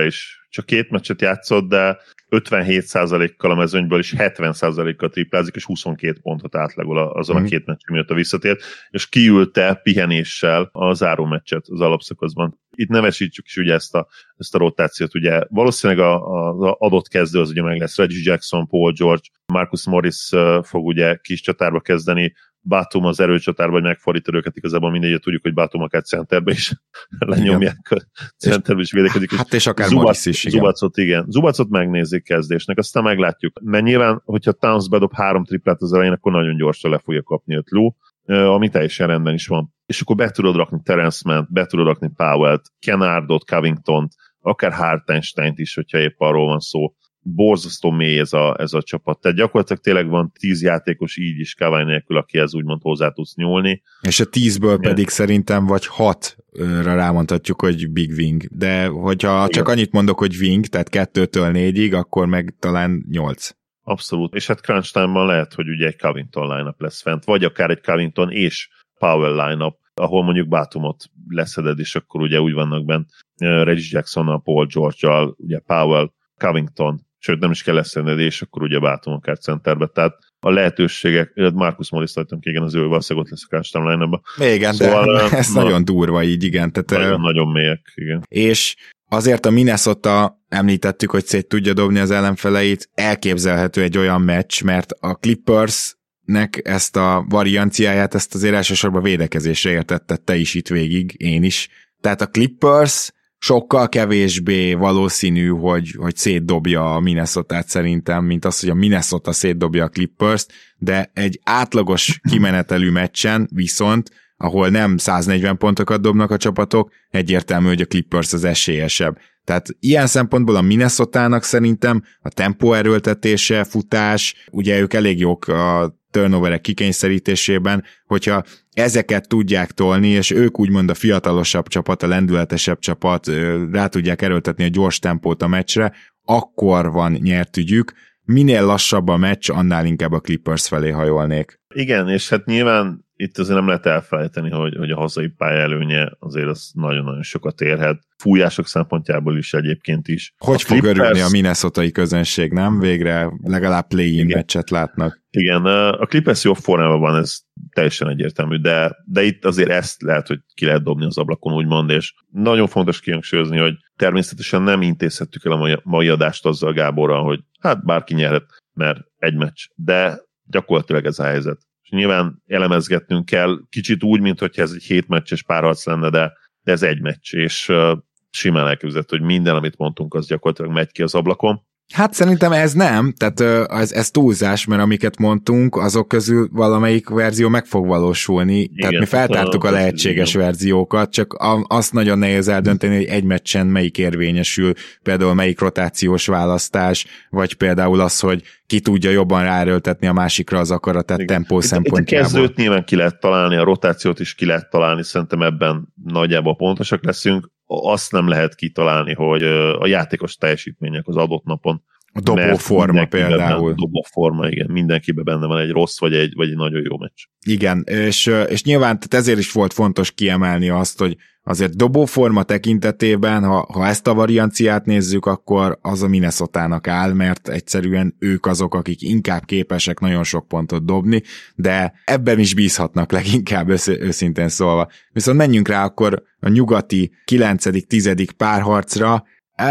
Speaker 5: csak 2 meccset játszott, de 57%-kal a mezőnyből is 70%-kal triplázik, és 22 pontot átlagol azon a 2 meccs miatt visszatért, és kiülte pihenéssel a záró meccset az alapszakaszban. Itt nevesítsük is ugye ezt a rotációt, ugye valószínűleg az adott kezdő az ugye meg lesz Reggie Jackson, Paul George, Marcus Morris fog ugye kis csatárba kezdeni, Batum az erőcsatárba, hogy megfordítja őket, igazából mindegy, tudjuk, hogy Batum akár centerbe is lenyomják, centerbe is védekezik.
Speaker 6: Hát és akár Morris is,
Speaker 5: igen. Zubacot megnézik kezdésnek, aztán meglátjuk. Mert nyilván, hogyha Towns bedob 3 triplát az elején, akkor nagyon gyorsan le fogja kapni őt Lou, ami teljesen rendben is van. És akkor be tudod rakni Terence Mann-t, be tudod rakni Powell-t, Kennardot, Covingtont, akár Hartensteint is, hogyha épp arról van szó. Borzasztó mély ez a csapat. Tehát gyakorlatilag tényleg van 10 játékos így is Kawhi nélkül, akihez úgymond hozzá tudsz nyúlni.
Speaker 6: És a 10-ből pedig szerintem vagy 6-ra rámondhatjuk, hogy Big Wing. De hogyha csak annyit mondok, hogy Wing, tehát 2-től 4-ig, akkor meg talán 8.
Speaker 5: Abszolút. És hát crunch time-ban lehet, hogy ugye egy Covington line-up lesz fent, vagy akár egy Covington és Powell line-up, ahol mondjuk Batumot leszeded, és akkor ugye úgy vannak bent Reggie Jacksonnal, Paul George-al, ugye Powell, Covington, sőt nem is kell leszedned, és akkor ugye Batum akár centerbe. Tehát a lehetőségek, Marcus Morris láttam ki, igen, az ő valószínűleg ott lesz a crunch time line-upban.
Speaker 6: Igen, szóval, de ez nagyon durva így, igen. Tehát,
Speaker 5: nagyon mélyek, igen.
Speaker 6: És azért a Minnesota, említettük, hogy szét tudja dobni az ellenfeleit, elképzelhető egy olyan meccs, mert a Clippersnek ezt a varianciáját, ezt azért elsősorban védekezésre értettette is itt végig, én is. Tehát a Clippers sokkal kevésbé valószínű, hogy szétdobja a Minnesotát szerintem, mint az, hogy a Minnesota szétdobja a Clippers-t, de egy átlagos kimenetelű meccsen viszont, ahol nem 140 pontokat dobnak a csapatok, egyértelmű, hogy a Clippers az esélyesebb. Tehát ilyen szempontból a Minnesotának szerintem a tempó erőltetése, futás, ugye ők elég jók a turnoverek kikényszerítésében, hogyha ezeket tudják tolni, és ők úgymond a fiatalosabb csapat, a lendületesebb csapat, rá tudják erőltetni a gyors tempót a meccsre, akkor van nyert ügyük. Minél lassabb a meccs, annál inkább a Clippers felé hajolnék.
Speaker 5: Igen, és hát nyilván itt azért nem lehet elfelejteni, hogy a hazai pálya előnye azért az nagyon-nagyon sokat érhet. Fújások szempontjából is egyébként is.
Speaker 6: Hogy fog örülni a minnesotai közönség, nem? Végre legalább play-in meccset látnak.
Speaker 5: Igen, a Clippers jobb formában van, ez teljesen egyértelmű, de itt azért ezt lehet, hogy ki lehet dobni az ablakon, úgymond, és nagyon fontos kihangsúlyozni, hogy természetesen nem intézhettük el a mai adást azzal Gáborral, hogy hát bárki nyerhet, mert egy meccs, de gyakorlatilag ez a helyzet. És nyilván elemezgetnünk kell, kicsit úgy, mintha ez egy 7 meccses párharc lenne, de ez egy meccs, és simán elképzelhető, hogy minden, amit mondtunk, az gyakorlatilag megy ki az ablakon.
Speaker 6: Hát szerintem ez nem, tehát ez túlzás, mert amiket mondtunk, azok közül valamelyik verzió meg fog valósulni, igen, tehát mi feltártuk a lehetséges verziókat, csak azt nagyon nehéz eldönteni, hogy egy meccsen melyik érvényesül, például melyik rotációs választás, vagy például az, hogy ki tudja jobban ráerőltetni a másikra az akaratát tempó szempontjából.
Speaker 5: Itt a kezdőt nyilván ki lehet találni, a rotációt is ki lehet találni, szerintem ebben nagyjából pontosak leszünk. Azt nem lehet kitalálni, hogy a játékos teljesítmények az adott napon.
Speaker 6: A dobóforma például.
Speaker 5: Dobóforma, igen. Mindenkiben benne van egy rossz, vagy egy nagyon jó meccs.
Speaker 6: Igen, és nyilván ezért is volt fontos kiemelni azt, hogy azért dobóforma tekintetében, ha ezt a varianciát nézzük, akkor az a Minnesotának áll, mert egyszerűen ők azok, akik inkább képesek nagyon sok pontot dobni, de ebben is bízhatnak leginkább őszintén szólva. Viszont menjünk rá akkor a nyugati 9.-10. párharcra.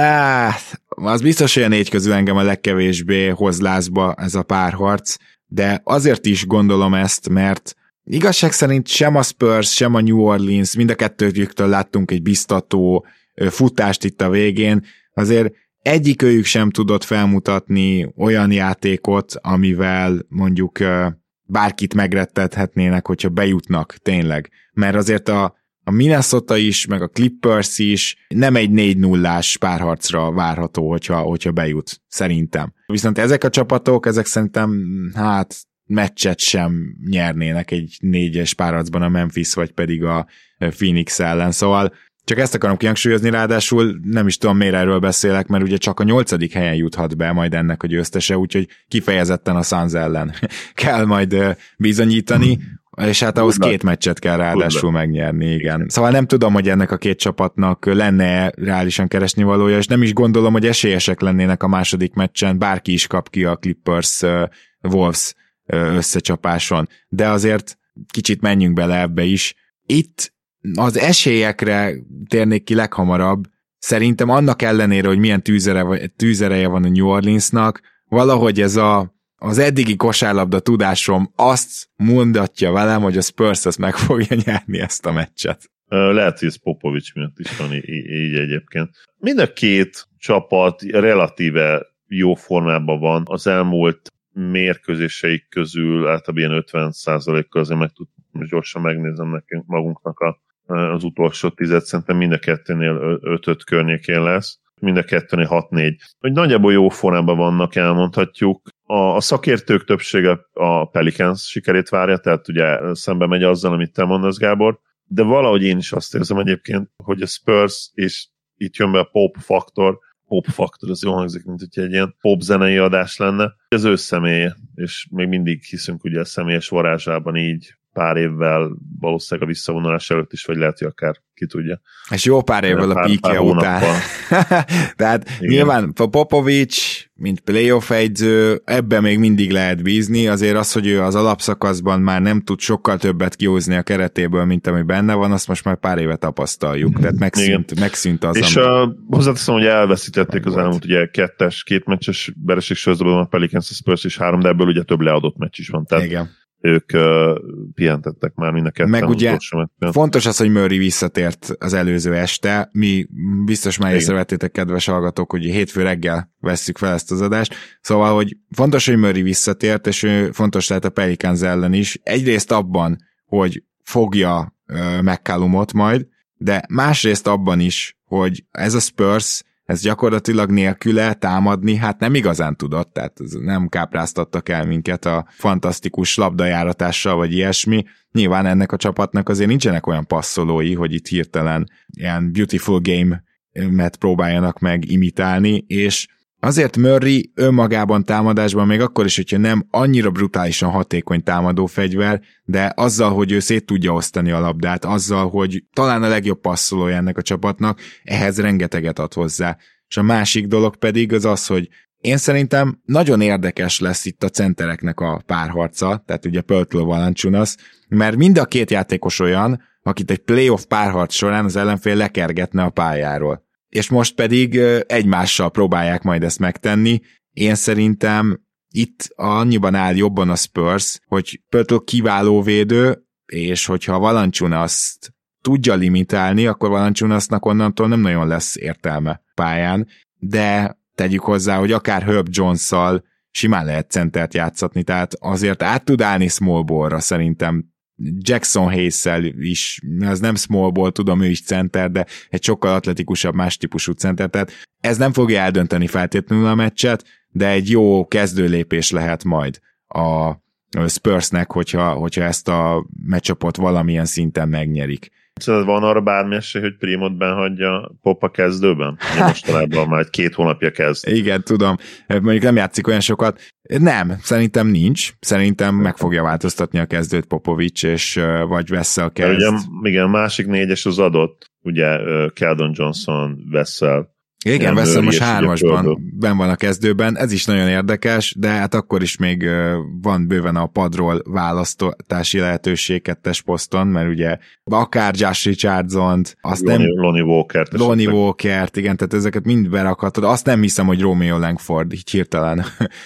Speaker 6: Az biztos, hogy a 4 közül engem a legkevésbé hoz lázba ez a párharc, de azért is gondolom ezt, mert igazság szerint sem a Spurs, sem a New Orleans, mind a kettőjüktől láttunk egy biztató futást itt a végén, azért egyikőjük sem tudott felmutatni olyan játékot, amivel mondjuk bárkit megrettethetnének, hogyha bejutnak tényleg. Mert azért a Minnesota is, meg a Clippers is nem egy 4-0-ás párharcra várható, hogyha bejut, szerintem. Viszont ezek a csapatok, ezek szerintem, meccset sem nyernének egy 4-es párharcban a Memphis, vagy pedig a Phoenix ellen. Szóval csak ezt akarom kihangsúlyozni, ráadásul nem is tudom, miért erről beszélek, mert ugye csak a 8. helyen juthat be majd ennek a győztese, úgyhogy kifejezetten a Suns ellen kell majd bizonyítani. És hát ahhoz 2 meccset kell ráadásul megnyerni, igen. Szóval nem tudom, hogy ennek a 2 csapatnak lenne reálisan keresni valója, és nem is gondolom, hogy esélyesek lennének a második meccsen, bárki is kap ki a Clippers Wolves összecsapáson. De azért kicsit menjünk bele ebbe is. Itt az esélyekre térnék ki leghamarabb. Szerintem annak ellenére, hogy milyen tűzereje van a New Orleansnak, valahogy ez az eddigi kosárlabda tudásom azt mondatja velem, hogy a Spurs azt meg fogja nyerni ezt a meccset.
Speaker 5: Lehet, hogy ez Popovics miatt is van így egyébként. Mind a 2 csapat relatíve jó formában van. Az elmúlt mérkőzéseik közül általában ilyen 50%-kal azért gyorsan megnézem nekünk magunknak az utolsó 10, szerintem mind a 2-nél 5 környékén lesz. Mind a 2-nél 6-4. Hogy nagyjából jó formában vannak, elmondhatjuk. A szakértők többsége a Pelicans sikerét várja, tehát ugye szembe megy azzal, amit te mondasz, Gábor, de valahogy én is azt érzem egyébként, hogy a Spurs, és itt jön be a Pop faktor, az jól hangzik, mint hogy egy ilyen pop zenei adás lenne. Ez ő személye, és még mindig hiszünk ugye a személyes varázsában így pár évvel, valószínűleg a visszavonulás előtt is, vagy lehet, hogy akár ki tudja.
Speaker 6: És jó pár évvel a píkja után. Tehát igen. Nyilván Popovics, mint playoff egyző, ebben még mindig lehet bízni, azért az, hogy ő az alapszakaszban már nem tud sokkal többet kihúzni a keretéből, mint ami benne van, azt most már pár éve tapasztaljuk, tehát megszűnt az.
Speaker 5: És hozzáteszem, hogy elveszítették az elmúlt ugye 2 meccses vereség sorozatban a Pelicans, a Spurs és 3, de ebből ugye több leadott meccs is van, tehát igen. Ők pihentettek már mind a 2.
Speaker 6: Meg ugye fontos az, hogy Murray visszatért az előző este. Mi biztos már észrevettétek, kedves hallgatók, hogy hétfő reggel vesszük fel ezt az adást. Szóval, hogy fontos, hogy Murray visszatért, és fontos lehet a Pelicans ellen is. Egyrészt abban, hogy fogja McCallumot majd, de másrészt abban is, hogy ez a Spurs, ez gyakorlatilag nélküle támadni, hát nem igazán tudott, tehát nem kápráztattak el minket a fantasztikus labdajáratással, vagy ilyesmi. Nyilván ennek a csapatnak azért nincsenek olyan passzolói, hogy itt hirtelen ilyen beautiful game-met próbáljanak meg imitálni, és azért Murray önmagában támadásban, még akkor is, hogyha nem annyira brutálisan hatékony támadó fegyver, de azzal, hogy ő szét tudja osztani a labdát, azzal, hogy talán a legjobb passzolója ennek a csapatnak, ehhez rengeteget ad hozzá. És a másik dolog pedig az, hogy én szerintem nagyon érdekes lesz itt a centereknek a párharca, tehát ugye Poeltl Valanciunas, mert mind a 2 játékos olyan, akit egy playoff párharc során az ellenfél lekergetne a pályáról. És most pedig egymással próbálják majd ezt megtenni. Én szerintem itt annyiban áll jobban a Spurs, hogy Poeltl kiváló védő, és hogyha Valanciunast tudja limitálni, akkor Valanciunasnak onnantól nem nagyon lesz értelme pályán, de tegyük hozzá, hogy akár Herb Jones-szal simán lehet centert játszatni, tehát azért át tud állni small ballra szerintem. Jackson Hayes-szel is, az nem small ball, tudom, ő is center, de egy sokkal atletikusabb, más típusú center, tehát ez nem fogja eldönteni feltétlenül a meccset, de egy jó kezdőlépés lehet majd a Spursnek, hogyha ezt a matchupot valamilyen szinten megnyerik.
Speaker 5: Szóval van arra bármi esély, hogy Primot benhagyja Pop a kezdőben? Mostanában már 2 hónapja kezd.
Speaker 6: Igen, tudom. Mondjuk nem játszik olyan sokat. Nem, szerintem nincs. Szerintem meg fogja változtatni a kezdőt Popovics, és vagy Vessel kezd.
Speaker 5: Ugye, igen, másik 4-es az adott. Ugye Keldon Johnson, Vessel.
Speaker 6: Igen, Vessel most 3-asban benn van a kezdőben, ez is nagyon érdekes, de hát akkor is még van bőven a padról választási lehetőség 2-es poszton, mert ugye akár Josh Richardson-t, Lonnie Walkert, igen, tehát ezeket mind berakhatod. Azt nem hiszem, hogy Romeo Langford így hirtelen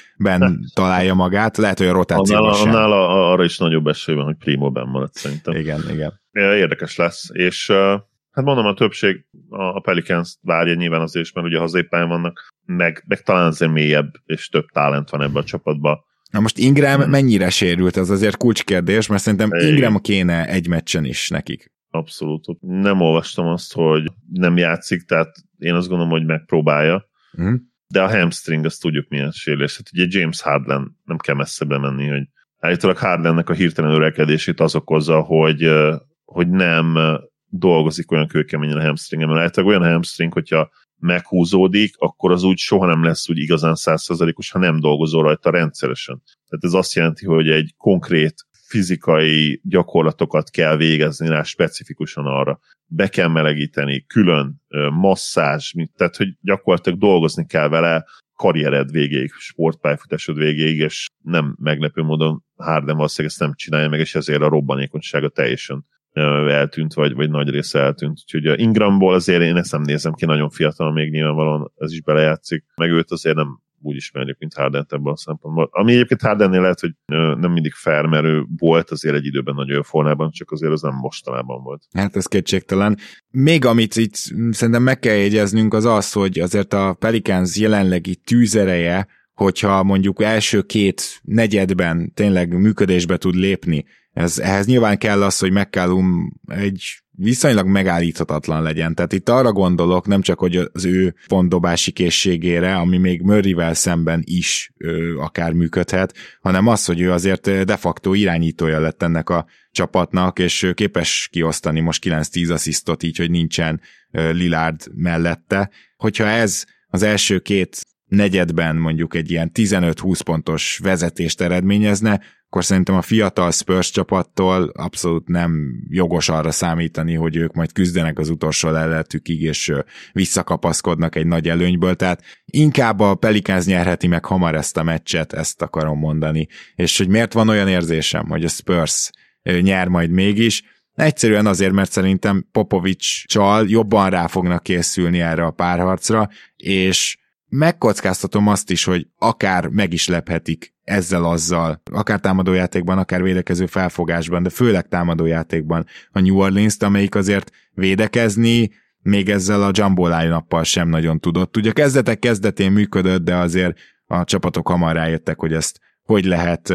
Speaker 6: találja magát, lehet, hogy a rotációban sem.
Speaker 5: Annál arra is nagyobb esély van, hogy Primo benn maradt szerintem.
Speaker 6: Igen.
Speaker 5: Érdekes lesz, és hát mondom, a többség a Pelicans várja nyilván azért is, mert ugye hazai pályán vannak, meg talán azért mélyebb és több talent van ebben a csapatban.
Speaker 6: Na most Ingram mennyire sérült, az azért kulcskérdés, mert szerintem Ingram kéne egy meccsen is nekik.
Speaker 5: Abszolút. Nem olvastam azt, hogy nem játszik, tehát én azt gondolom, hogy megpróbálja, de a hamstring, azt tudjuk milyen sérülés. Hát ugye James Harden, nem kell messzebbre menni, hogy állítólag Hardennek a hirtelen öregedését az okozza, hogy nem dolgozik olyan kőkeményen a hamstringen, mert általában olyan hamstring, hogyha meghúzódik, akkor az úgy soha nem lesz úgy igazán 100%-os, ha nem dolgozol rajta rendszeresen. Tehát ez azt jelenti, hogy egy konkrét fizikai gyakorlatokat kell végezni rá specifikusan arra. Be kell melegíteni, külön masszázs, tehát hogy gyakorlatilag dolgozni kell vele karriered végéig, sportpályafutásod végéig, és nem meglepő módon Harden valószínűleg ezt nem csinálja meg, és ezért a robbanékonysága teljesen eltűnt, vagy nagy része eltűnt. Úgyhogy Ingramból azért én ezt nem nézem ki, nagyon fiatal még nyilvánvalóan ez is belejátszik, meg őt azért nem úgy ismerjük, mint Hardent ebből a szempontból. Ami egyébként Hardennél lehet, hogy nem mindig fair, mert ő volt azért egy időben nagyon jó formában, csak azért az nem mostanában volt.
Speaker 6: Hát ez kétségtelen. Még amit itt szerintem meg kell jegyeznünk az az, hogy azért a Pelicans jelenlegi tűzereje, hogyha mondjuk első 2 negyedben tényleg működésbe tud lépni, ehhez nyilván kell az, hogy McCallum egy viszonylag megállíthatatlan legyen. Tehát itt arra gondolok, nem csak, hogy az ő pontdobási készségére, ami még Murrayvel szemben is akár működhet, hanem az, hogy ő azért de facto irányítója lett ennek a csapatnak, és képes kiosztani most 9-10 asszisztot így, hogy nincsen Lillard mellette. Hogyha ez az első 2 negyedben mondjuk egy ilyen 15-20 pontos vezetést eredményezne, akkor szerintem a fiatal Spurs csapattól abszolút nem jogos arra számítani, hogy ők majd küzdenek az utolsó leletükig, és visszakapaszkodnak egy nagy előnyből, tehát inkább a Pelicans nyerheti meg hamar ezt a meccset, ezt akarom mondani. És hogy miért van olyan érzésem, hogy a Spurs nyer majd mégis, egyszerűen azért, mert szerintem Popovics-csal jobban rá fognak készülni erre a párharcra, és megkockáztatom azt is, hogy akár meg is lephetik ezzel-azzal, akár támadójátékban, akár védekező felfogásban, de főleg támadójátékban a New Orleans-t, amelyik azért védekezni még ezzel a jumbo line-uppal sem nagyon tudott. Ugye kezdetén működött, de azért a csapatok hamar rájöttek, hogy ezt hogy lehet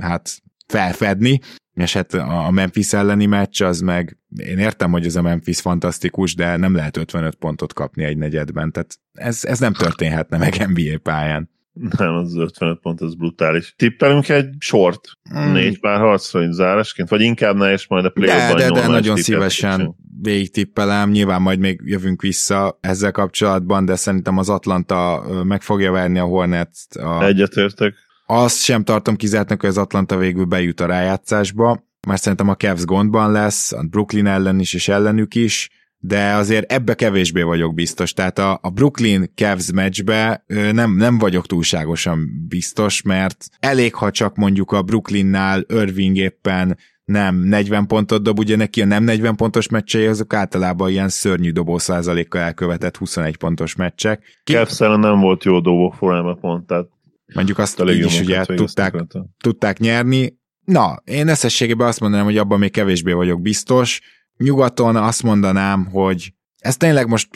Speaker 6: felfedni, és hát a Memphis elleni meccs az meg, én értem, hogy ez a Memphis fantasztikus, de nem lehet 55 pontot kapni egy negyedben, tehát ez nem történhetne meg NBA pályán.
Speaker 5: Nem, az 55 pont, az brutális. Tippelünk egy sort 4 párharcra, így zárásként, vagy inkább ne, és majd a play-offban
Speaker 6: de nagyon szívesen végig tippelem, nyilván majd még jövünk vissza ezzel kapcsolatban, de szerintem az Atlanta meg fogja verni a Hornets-t.
Speaker 5: Egyetértek.
Speaker 6: Azt sem tartom kizártnak, hogy az Atlanta végül bejut a rájátszásba, mert szerintem a Cavs gondban lesz, a Brooklyn ellen is és ellenük is, de azért ebbe kevésbé vagyok biztos. Tehát a Brooklyn-Cavs meccsbe nem vagyok túlságosan biztos, mert elég, ha csak mondjuk a Brooklynnál Irving éppen nem 40 pontot dob, ugye neki a nem 40 pontos meccsei, azok általában ilyen szörnyű dobószázalékkal elkövetett 21 pontos meccsek.
Speaker 5: Cavs ellen nem volt jó dobó formában pont, tehát
Speaker 6: mondjuk azt így is ugye tudták nyerni. Na, én összességében azt mondanám, hogy abban még kevésbé vagyok biztos. Nyugaton azt mondanám, hogy ez tényleg most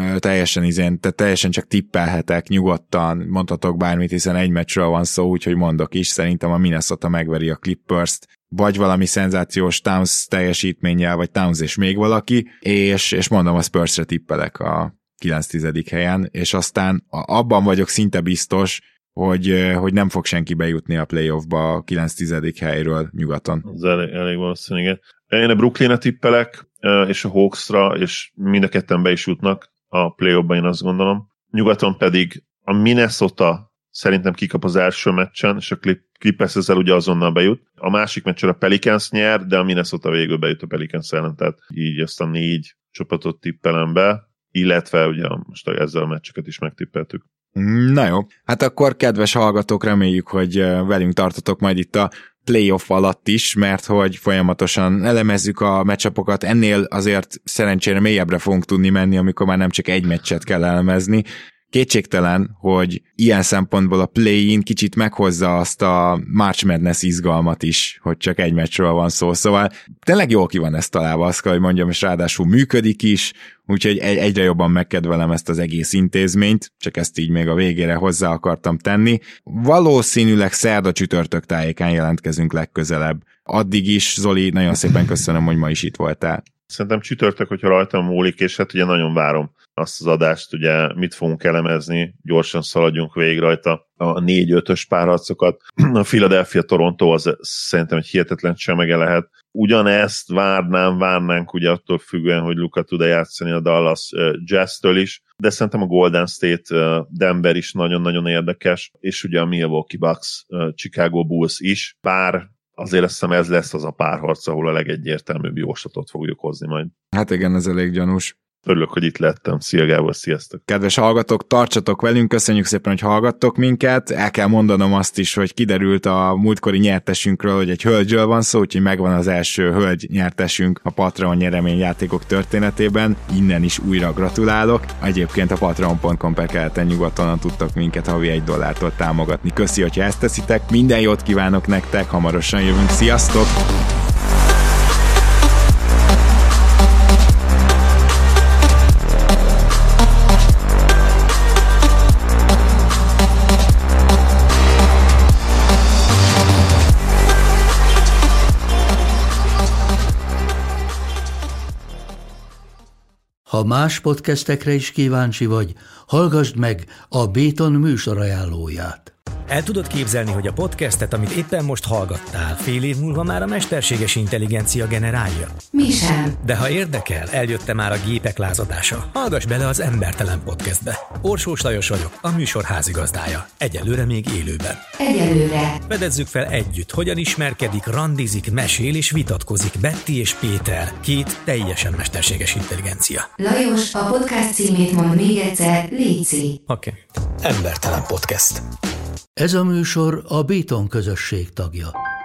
Speaker 6: teljesen csak tippelhetek, nyugodtan mondhatok bármit, hiszen egy meccsről van szó, úgyhogy mondok is. Szerintem a Minnesota megveri a Clippers-t, vagy valami szenzációs Towns teljesítménnyel, vagy Towns és még valaki, és mondom, a Spurs-re tippelek a 9-10. helyen, és aztán abban vagyok szinte biztos, hogy nem fog senki bejutni a playoffba a 9-10. helyről nyugaton.
Speaker 5: Ez elég valószínű, igen. Én a Brooklyn-re tippelek, és a Hawksra, és mind a ketten be is jutnak a playoffba, én azt gondolom. Nyugaton pedig a Minnesota szerintem kikap az első meccsen, és a Clippers ezzel ugye azonnal bejut. A másik meccsen a Pelicans nyer, de a Minnesota végül bejut a Pelicans ellen, tehát így azt a 4 csapatot tippelem be, illetve ugye most ezzel a meccseket is megtippeltük.
Speaker 6: Na jó, hát akkor kedves hallgatók, reméljük, hogy velünk tartotok majd itt a playoff alatt is, mert hogy folyamatosan elemezzük a meccsapokat, ennél azért szerencsére mélyebbre fogunk tudni menni, amikor már nem csak egy meccset kell elemezni. Kétségtelen, hogy ilyen szempontból a play-in kicsit meghozza azt a March Madness izgalmat is, hogy csak egy meccsről van szó, szóval tényleg jól ki van ezt találva, azt kell, hogy mondjam, és ráadásul működik is, úgyhogy egyre jobban megkedvelem ezt az egész intézményt, csak ezt így még a végére hozzá akartam tenni. Valószínűleg szerda csütörtök tájékán jelentkezünk legközelebb. Addig is, Zoli, nagyon szépen köszönöm, hogy ma is itt voltál.
Speaker 5: Szerintem csütörtök, hogyha rajtam múlik, és hát ugye nagyon várom azt az adást, ugye mit fogunk elemezni, gyorsan szaladjunk végig rajta a 4-5-ös párharcokat. A Philadelphia-Toronto az szerintem egy hihetetlen csemege lehet. Ugyanezt várnánk ugye attól függően, hogy Luka tud-e játszani a Dallas Jazz-től is, de szerintem a Golden State Denver is nagyon-nagyon érdekes, és ugye a Milwaukee Bucks Chicago Bulls is, bár azért azt hiszem ez lesz az a párharc, ahol a legegyértelműbb jóslatot fogjuk hozni majd.
Speaker 4: Hát igen, ez elég gyanús.
Speaker 5: Örülök, hogy itt lettem. Szia Gábor, sziasztok!
Speaker 4: Kedves hallgatók, tartsatok velünk, köszönjük szépen, hogy hallgattok minket. El kell mondanom azt is, hogy kiderült a múltkori nyertesünkről, hogy egy hölgyről van szó, úgyhogy megvan az első hölgy nyertesünk a Patreon nyereményjátékok történetében. Innen is újra gratulálok. Egyébként a patreon.com/keleten-nyugaton tudtok minket havi $1 támogatni. Köszi, hogyha ezt teszitek. Minden jót kívánok nektek, hamarosan jövünk. Sziasztok!
Speaker 7: Ha más podcastekre is kíváncsi vagy, hallgassd meg a Béton műsor ajánlóját.
Speaker 8: El tudod képzelni, hogy a podcastet, amit éppen most hallgattál, fél év múlva már a mesterséges intelligencia generálja?
Speaker 9: Mi sem.
Speaker 8: De ha érdekel, eljött már a gépek lázadása. Hallgass bele az Embertelen Podcastbe. Orsós Lajos vagyok, a műsor házigazdája. Egyelőre még élőben.
Speaker 9: Egyelőre.
Speaker 8: Fedezzük fel együtt, hogyan ismerkedik, randizik, mesél és vitatkozik Betty és Péter, két teljesen mesterséges intelligencia.
Speaker 9: Lajos, a podcast címét mond még egyszer, léci.
Speaker 8: Oké. Embertelen Podcast.
Speaker 7: Ez a műsor a Béton közösség tagja.